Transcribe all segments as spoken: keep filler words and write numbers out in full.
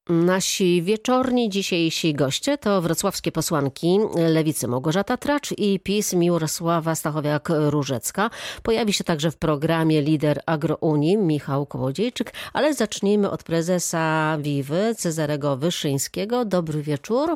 Nasi wieczorni dzisiejsi goście to wrocławskie posłanki Lewicy Małgorzata Tracz i PiS Mirosława Stachowiak-Różecka. Pojawi się także w programie lider Agrounii Michał Kołodziejczyk, ale zacznijmy od prezesa Wiwy Cezarego Wyszyńskiego. Dobry wieczór.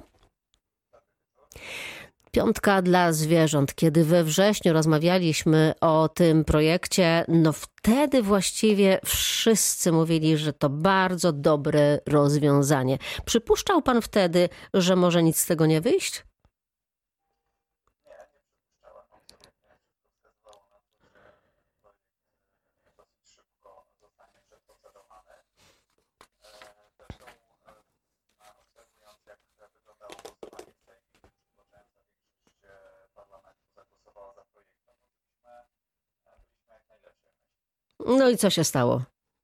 Piątka dla zwierząt. Kiedy we wrześniu rozmawialiśmy o tym projekcie, no wtedy właściwie wszyscy mówili, że to bardzo dobre rozwiązanie. Przypuszczał pan wtedy, że może nic z tego nie wyjść? No i co się stało?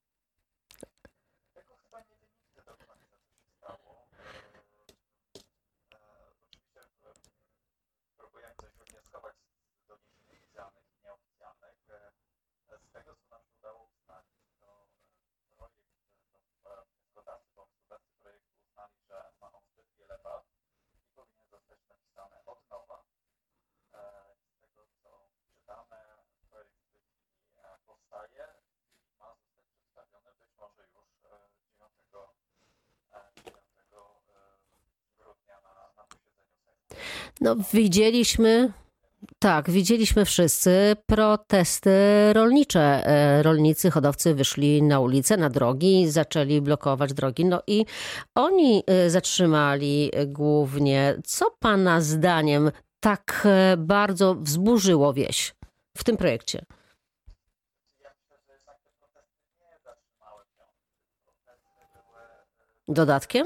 No widzieliśmy, tak, widzieliśmy wszyscy protesty rolnicze. Rolnicy, hodowcy wyszli na ulicę, na drogi, zaczęli blokować drogi. No i oni zatrzymali głównie. Co pana zdaniem tak bardzo wzburzyło wieś w tym projekcie? Dodatkiem?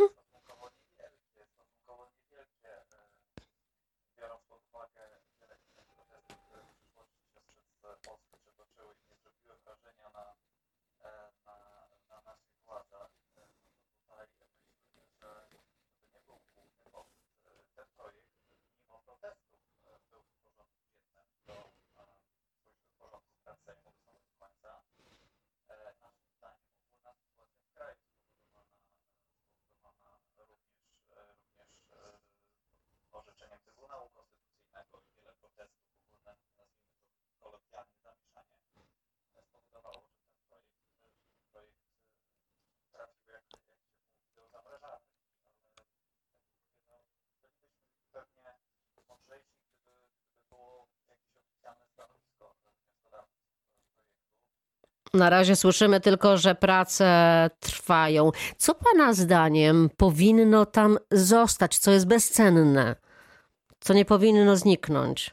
Na razie słyszymy tylko, że prace trwają. Co pana zdaniem powinno tam zostać, co jest bezcenne, co nie powinno zniknąć?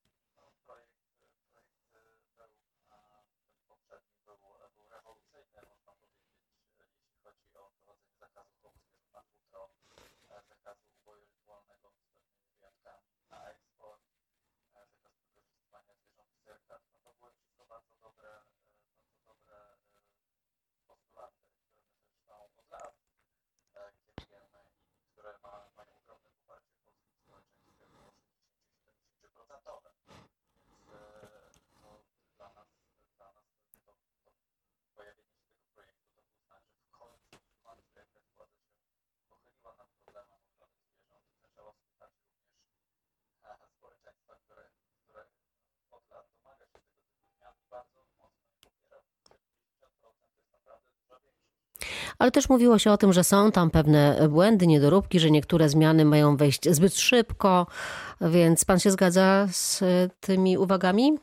Ale też mówiło się o tym, że są tam pewne błędy, niedoróbki, że niektóre zmiany mają wejść zbyt szybko, więc pan się zgadza z tymi uwagami?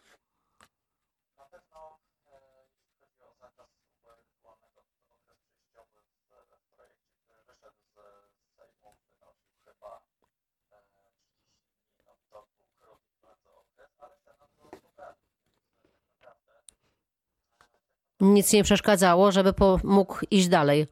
Nic nie przeszkadzało, żeby mógł iść dalej.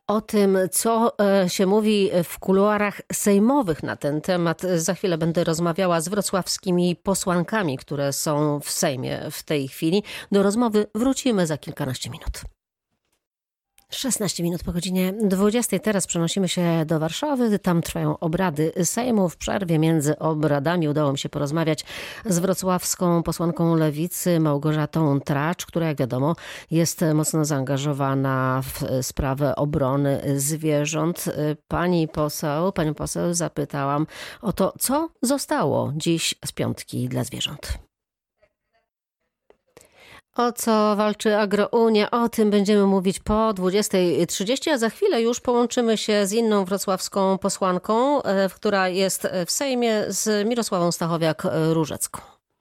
O tym, co się mówi w kuluarach sejmowych na ten temat, za chwilę będę rozmawiała z wrocławskimi posłankami, które są w Sejmie w tej chwili. Do rozmowy wrócimy za kilkanaście minut. szesnaście minut po godzinie dwudziestej. Teraz przenosimy się do Warszawy. Tam trwają obrady Sejmu. W przerwie między obradami udało mi się porozmawiać z wrocławską posłanką Lewicy Małgorzatą Tracz, która, jak wiadomo, jest mocno zaangażowana w sprawę obrony zwierząt. Pani poseł, panią poseł zapytałam o to, co zostało dziś z piątki dla zwierząt. O co walczy Agrounia? O tym będziemy mówić po dwudziestej trzydzieści, a za chwilę już połączymy się z inną wrocławską posłanką, która jest w Sejmie, z Mirosławą Stachowiak-Różecką.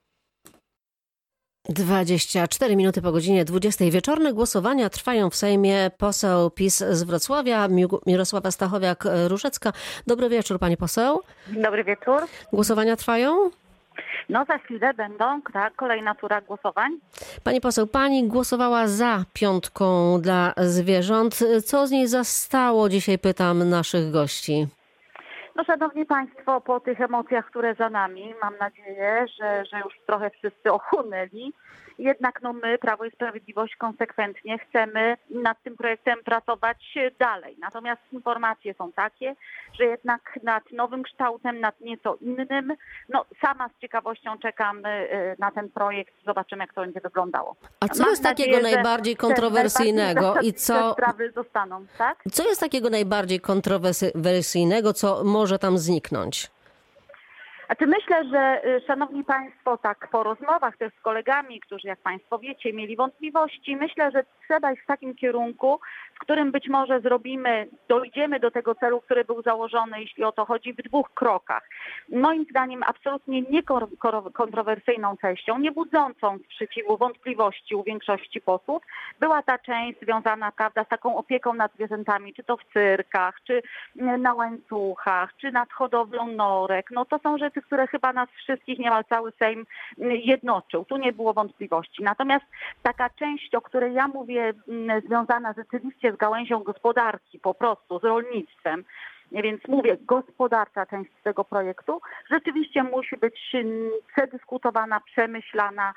dwadzieścia cztery minuty po godzinie dwudziestej. Wieczorne głosowania trwają w Sejmie. Poseł PiS z Wrocławia, Mirosława Stachowiak-Różecka. Dobry wieczór, pani poseł. Dobry wieczór. Głosowania trwają? No za chwilę będą, tak, kolejna tura głosowań. Pani poseł, pani głosowała za piątką dla zwierząt. Co z niej zostało? Dzisiaj pytam naszych gości. No szanowni państwo, po tych emocjach, które za nami, mam nadzieję, że, że już trochę wszyscy ochłonęli. Jednak no my, Prawo i Sprawiedliwość, konsekwentnie chcemy nad tym projektem pracować dalej. Natomiast informacje są takie, że jednak nad nowym kształtem, nad nieco innym, no sama z ciekawością czekam na ten projekt. Zobaczymy, jak to będzie wyglądało. A co Mam jest nadzieję, takiego najbardziej kontrowersyjnego i co... sprawy zostaną, tak? Co jest takiego najbardziej kontrowersyjnego, co może tam zniknąć? Znaczy myślę, że szanowni państwo, tak po rozmowach też z kolegami, którzy jak państwo wiecie mieli wątpliwości, myślę, że trzeba iść w takim kierunku, w którym być może zrobimy, dojdziemy do tego celu, który był założony, jeśli o to chodzi, w dwóch krokach. Moim zdaniem absolutnie niekontrowersyjną częścią, nie budzącą sprzeciwu, wątpliwości u większości posłów, była ta część związana, prawda, z taką opieką nad zwierzętami, czy to w cyrkach, czy na łańcuchach, czy nad hodowlą norek. No to są rzeczy, które chyba nas wszystkich, niemal cały Sejm jednoczył. Tu nie było wątpliwości. Natomiast taka część, o której ja mówię, związana rzeczywiście z gałęzią gospodarki, po prostu z rolnictwem, więc mówię, gospodarcza część tego projektu rzeczywiście musi być przedyskutowana, przemyślana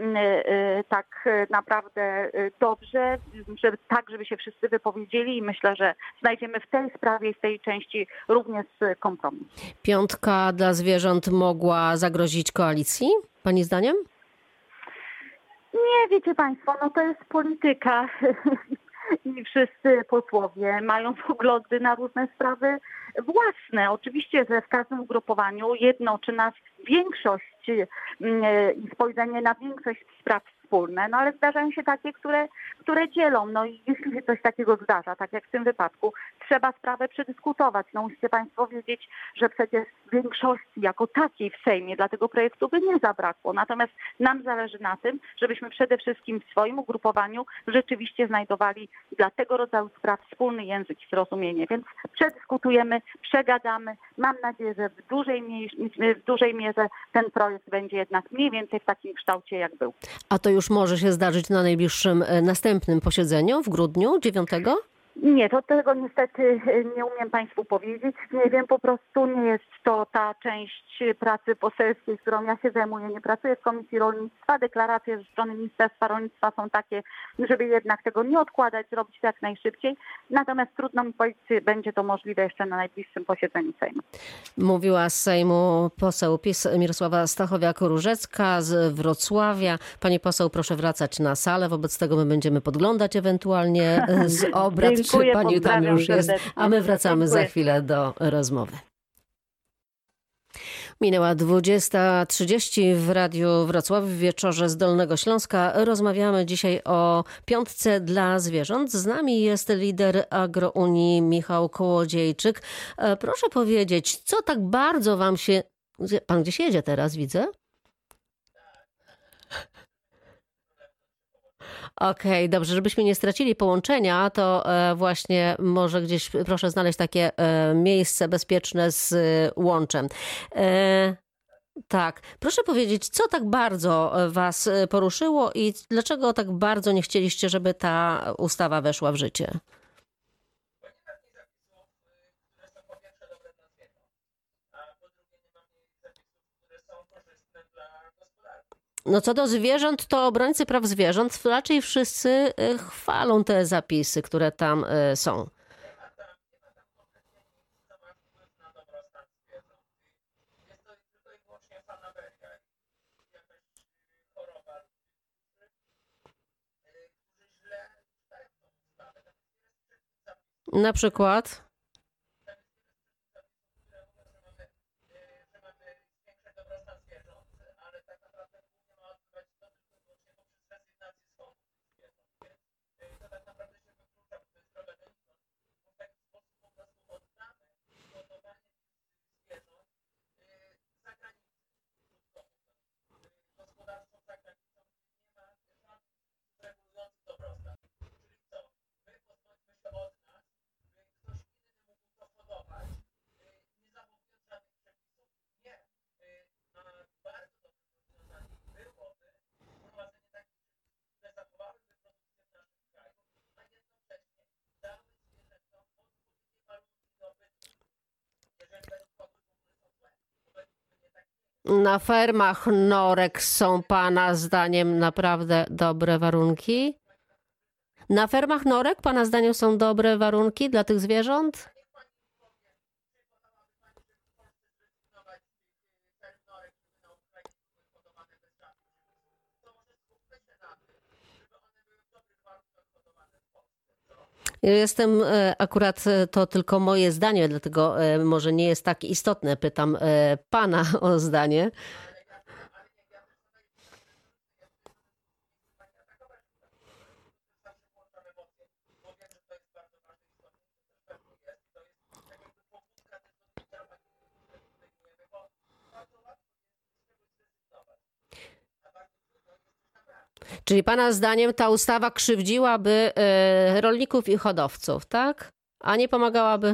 tak naprawdę dobrze, żeby, tak, żeby się wszyscy wypowiedzieli i myślę, że znajdziemy w tej sprawie i w tej części również kompromis. Piątka dla zwierząt mogła zagrozić koalicji, pani zdaniem? Nie, wiecie państwo, no to jest polityka. I wszyscy posłowie mają poglądy na różne sprawy własne. Oczywiście, że w każdym ugrupowaniu jednoczy nas większość i spojrzenie na większość spraw wspólne, no ale zdarzają się takie, które, które dzielą. No i jeśli się coś takiego zdarza, tak jak w tym wypadku, trzeba sprawę przedyskutować. No musicie państwo wiedzieć, że przecież większości jako takiej w Sejmie dla tego projektu by nie zabrakło. Natomiast nam zależy na tym, żebyśmy przede wszystkim w swoim ugrupowaniu rzeczywiście znajdowali dla tego rodzaju spraw wspólny język i zrozumienie. Więc przedyskutujemy, przegadamy. Mam nadzieję, że w dużej, mierze, w dużej mierze ten projekt będzie jednak mniej więcej w takim kształcie, jak był. A to już może się zdarzyć na najbliższym następnym posiedzeniu w grudniu dziewiątego? Nie, to tego niestety nie umiem państwu powiedzieć. Nie wiem, po prostu nie jest to ta część pracy poselskiej, którą ja się zajmuję. Nie pracuję w Komisji Rolnictwa. Deklaracje ze strony Ministerstwa Rolnictwa są takie, żeby jednak tego nie odkładać, zrobić to jak najszybciej. Natomiast trudno mi powiedzieć, czy będzie to możliwe jeszcze na najbliższym posiedzeniu Sejmu. Mówiła z Sejmu poseł PiS Mirosława Stachowiak-Różecka z Wrocławia. Pani poseł, proszę wracać na salę. Wobec tego my będziemy podglądać ewentualnie z obrad. Czy pani tam już jest, a my wracamy Dziękuję. Za chwilę do rozmowy. Minęła dwudziesta trzydzieści w Radiu Wrocław w wieczorze z Dolnego Śląska. Rozmawiamy dzisiaj o piątce dla zwierząt. Z nami jest lider Agrounii Michał Kołodziejczyk. Proszę powiedzieć, co tak bardzo wam się... Pan gdzieś jedzie teraz, widzę? Okej, okay, dobrze, żebyśmy nie stracili połączenia, to właśnie może gdzieś proszę znaleźć takie miejsce bezpieczne z łączem. Tak, proszę powiedzieć, co tak bardzo was poruszyło i dlaczego tak bardzo nie chcieliście, żeby ta ustawa weszła w życie? No co do zwierząt, to obrońcy praw zwierząt raczej wszyscy chwalą te zapisy, które tam są. Na przykład? Na fermach norek są pana zdaniem naprawdę dobre warunki? Na fermach norek pana zdaniem są dobre warunki dla tych zwierząt? Jestem akurat, to tylko moje zdanie, dlatego może nie jest tak istotne. Pytam pana o zdanie. Czyli pana zdaniem ta ustawa krzywdziłaby rolników i hodowców, tak? A nie pomagałaby?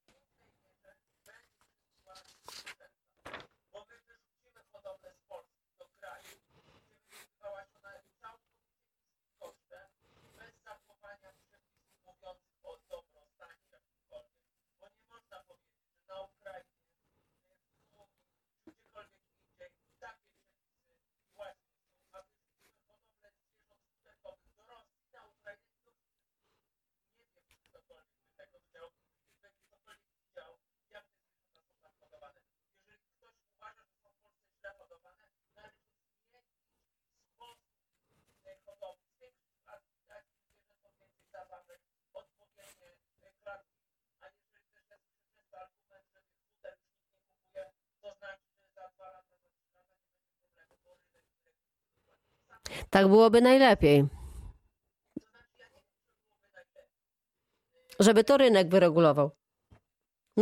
Tak byłoby najlepiej. Żeby to rynek wyregulował. No.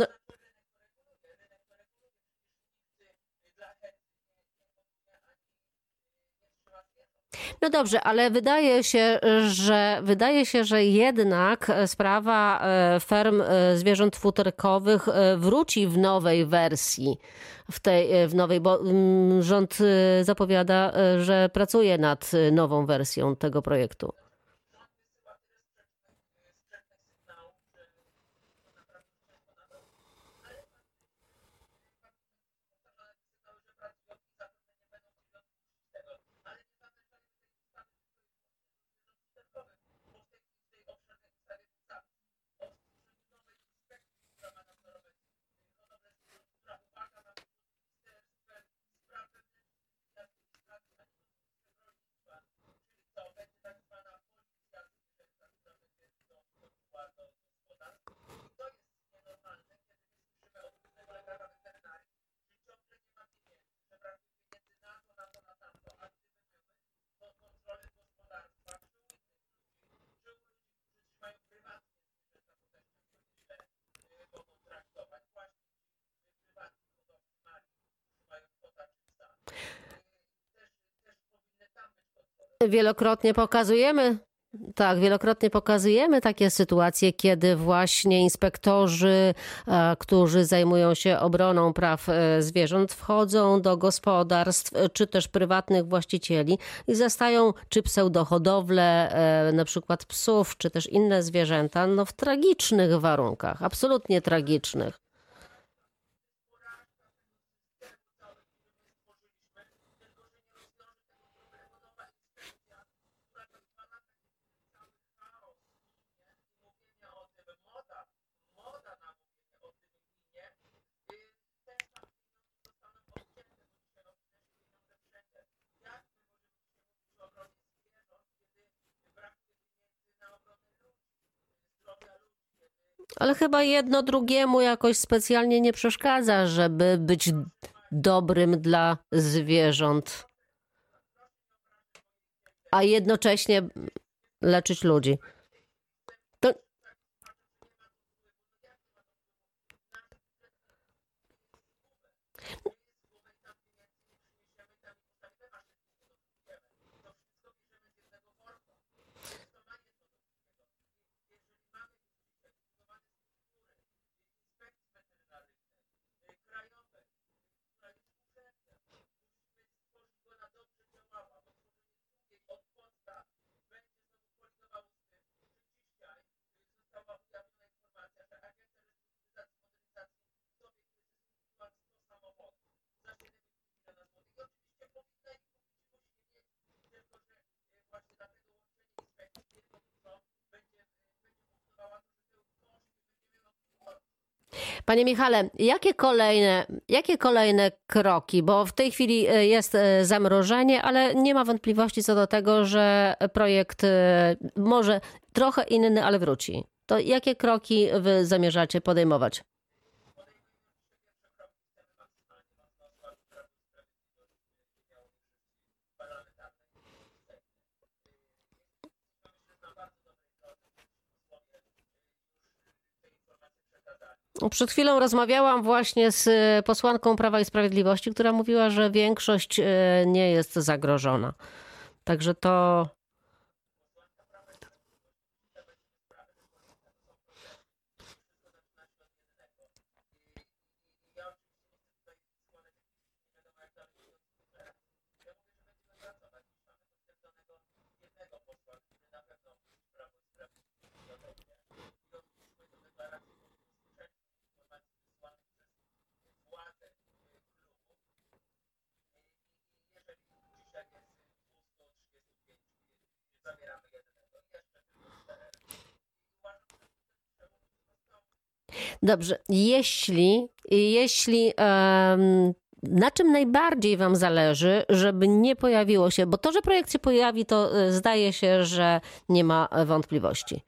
No dobrze, ale wydaje się, że wydaje się, że jednak sprawa ferm zwierząt futerkowych wróci w nowej wersji, w tej w nowej, bo rząd zapowiada, że pracuje nad nową wersją tego projektu. Wielokrotnie pokazujemy, tak, wielokrotnie pokazujemy takie sytuacje, kiedy właśnie inspektorzy, którzy zajmują się obroną praw zwierząt, wchodzą do gospodarstw czy też prywatnych właścicieli i zastają czy pseudohodowlę, na przykład psów, czy też inne zwierzęta, no w tragicznych warunkach, absolutnie tragicznych. Ale chyba jedno drugiemu jakoś specjalnie nie przeszkadza, żeby być dobrym dla zwierząt, a jednocześnie leczyć ludzi. To... Panie Michale, jakie kolejne, jakie kolejne kroki? Bo w tej chwili jest zamrożenie, ale nie ma wątpliwości co do tego, że projekt może trochę inny, ale wróci. To jakie kroki wy zamierzacie podejmować? Przed chwilą rozmawiałam właśnie z posłanką Prawa i Sprawiedliwości, która mówiła, że większość nie jest zagrożona. Także to... Dobrze, jeśli, jeśli um, na czym najbardziej wam zależy, żeby nie pojawiło się, bo to, że projekt się pojawi, to zdaje się, że nie ma wątpliwości.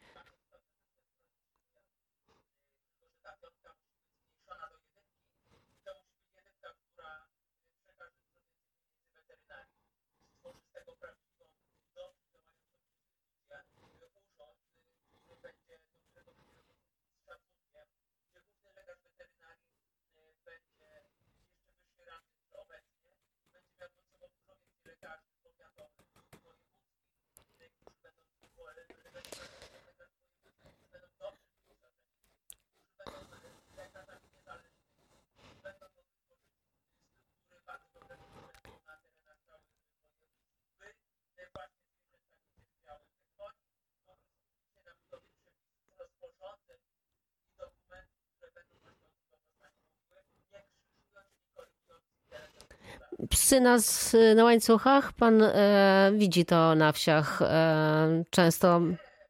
Psy na, na łańcuchach, pan e, widzi to na wsiach e, często.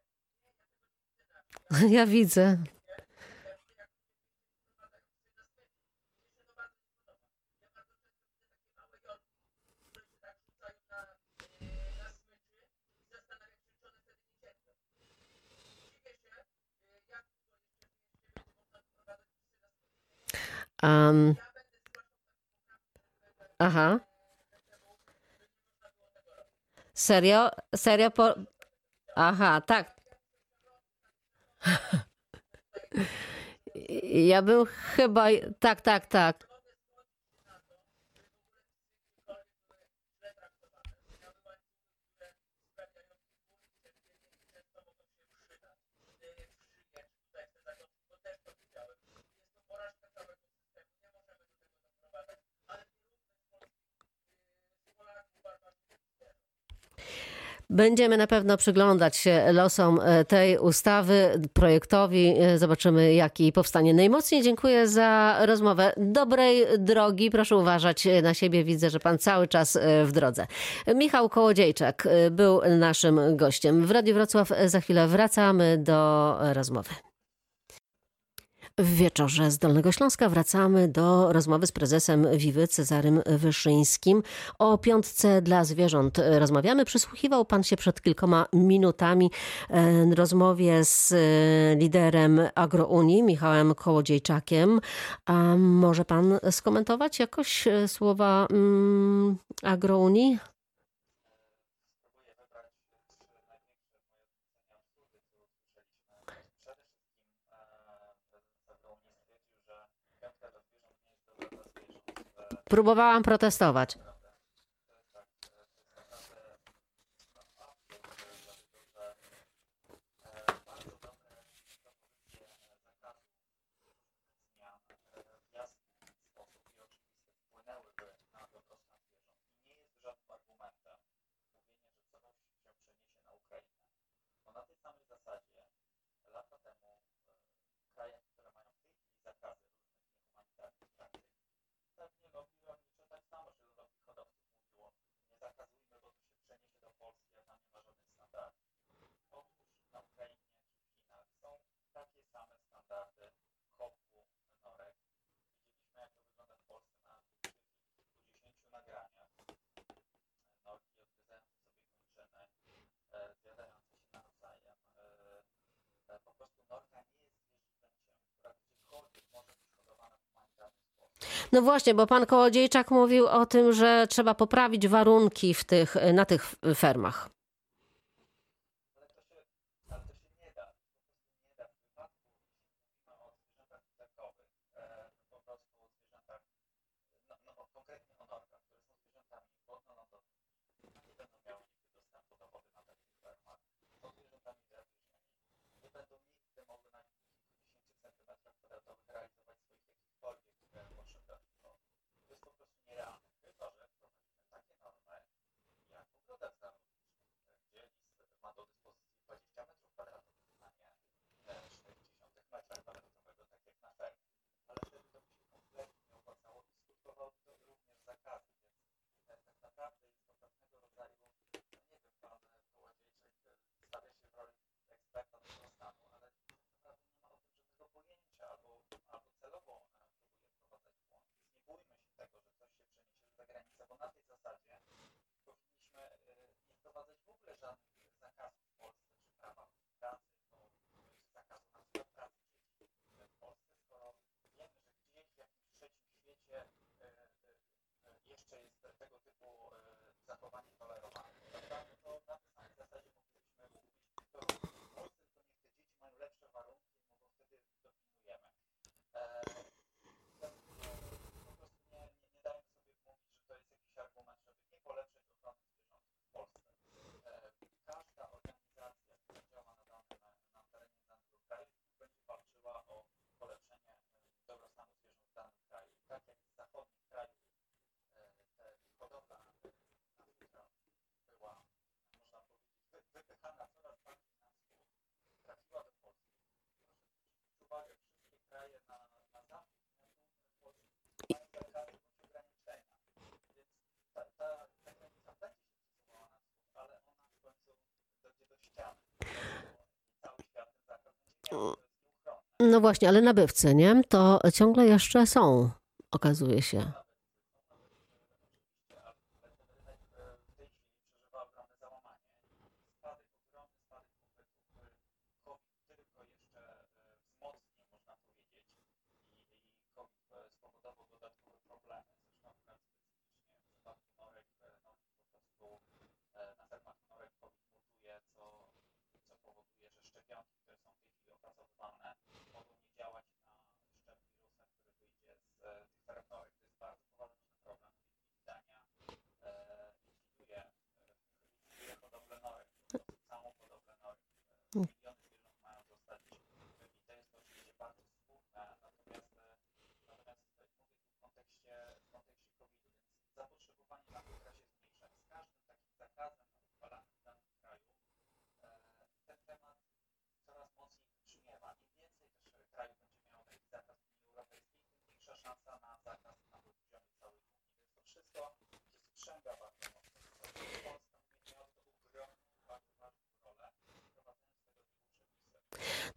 Ja widzę. Um. Aha. Serio? Serio? Po... Aha, tak. Ja bym chyba... Tak, tak, tak. Będziemy na pewno przyglądać się losom tej ustawy, projektowi. Zobaczymy, jaki powstanie. Najmocniej dziękuję za rozmowę. Dobrej drogi. Proszę uważać na siebie. Widzę, że pan cały czas w drodze. Michał Kołodziejczak był naszym gościem. W Radiu Wrocław za chwilę wracamy do rozmowy. W wieczorze z Dolnego Śląska wracamy do rozmowy z prezesem Wiwy Cezarym Wyszyńskim. O piątce dla zwierząt rozmawiamy. Przysłuchiwał pan się przed kilkoma minutami rozmowie z liderem Agrounii, Michałem Kołodziejczakiem. A może pan skomentować jakoś słowa um, Agrounii? Próbowałam protestować. No właśnie, bo pan Kołodziejczak mówił o tym, że trzeba poprawić warunki w tych, na tych fermach. No właśnie, ale nabywcy, nie? To ciągle jeszcze są, okazuje się.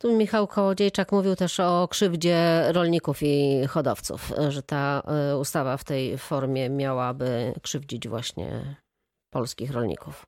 Tu Michał Kołodziejczak mówił też o krzywdzie rolników i hodowców, że ta ustawa w tej formie miałaby krzywdzić właśnie polskich rolników.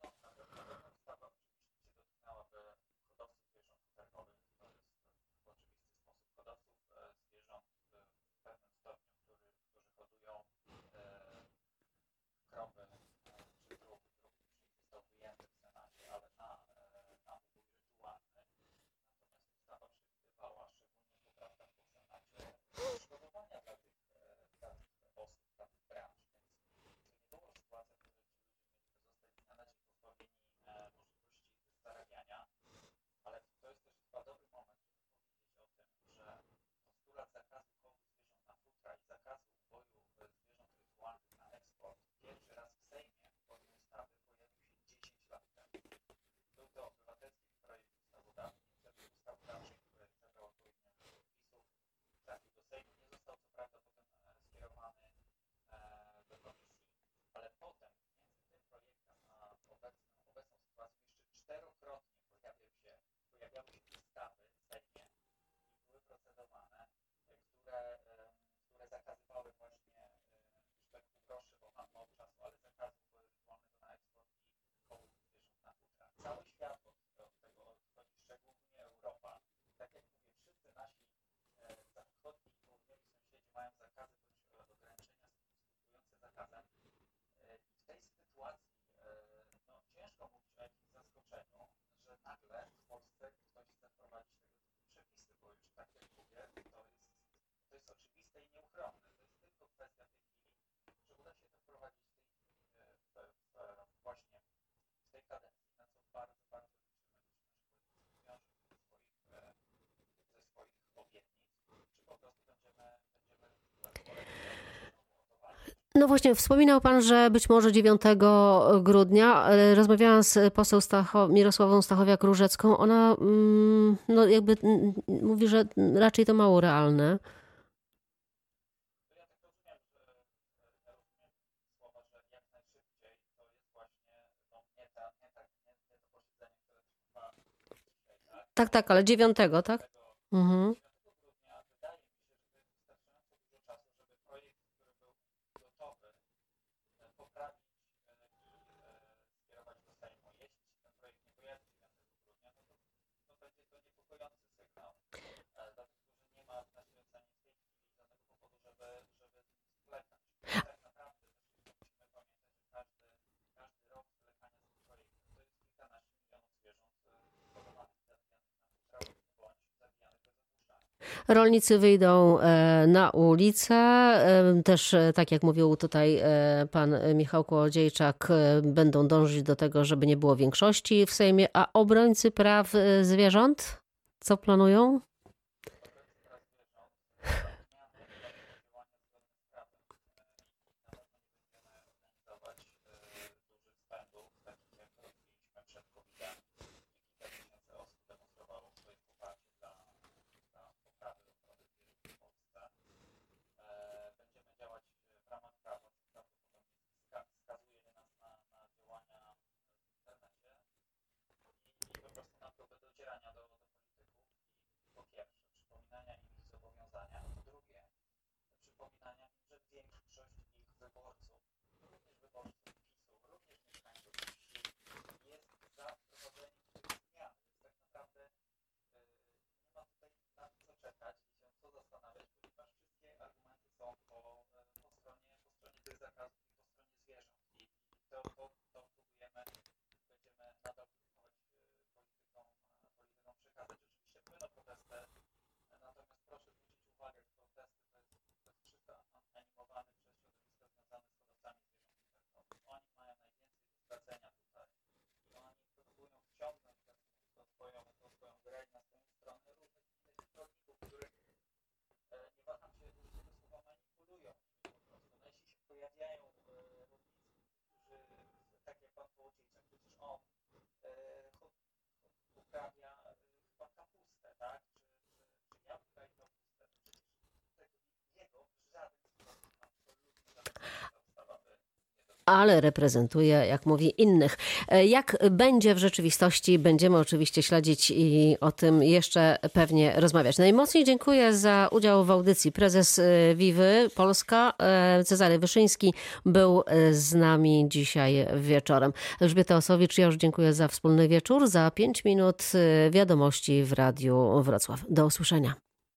No właśnie, wspominał pan, że być może dziewiątego grudnia. Rozmawiałam z poseł Stacho, Mirosławą Stachowiak-Różecką. Ona no jakby mówi, że raczej to mało realne. Tak, tak, ale dziewiątego, tak? Mhm. Rolnicy wyjdą na ulicę, też tak jak mówił tutaj pan Michał Kołodziejczak, będą dążyć do tego, żeby nie było większości w Sejmie, a obrońcy praw zwierząt co planują? ale reprezentuje, jak mówi, innych. Jak będzie w rzeczywistości, będziemy oczywiście śledzić i o tym jeszcze pewnie rozmawiać. Najmocniej dziękuję za udział w audycji. Prezes Vivy Polska, Cezary Wyszyński, był z nami dzisiaj wieczorem. Elżbieta Osowicz, ja już dziękuję za wspólny wieczór. Za pięć minut wiadomości w Radiu Wrocław. Do usłyszenia.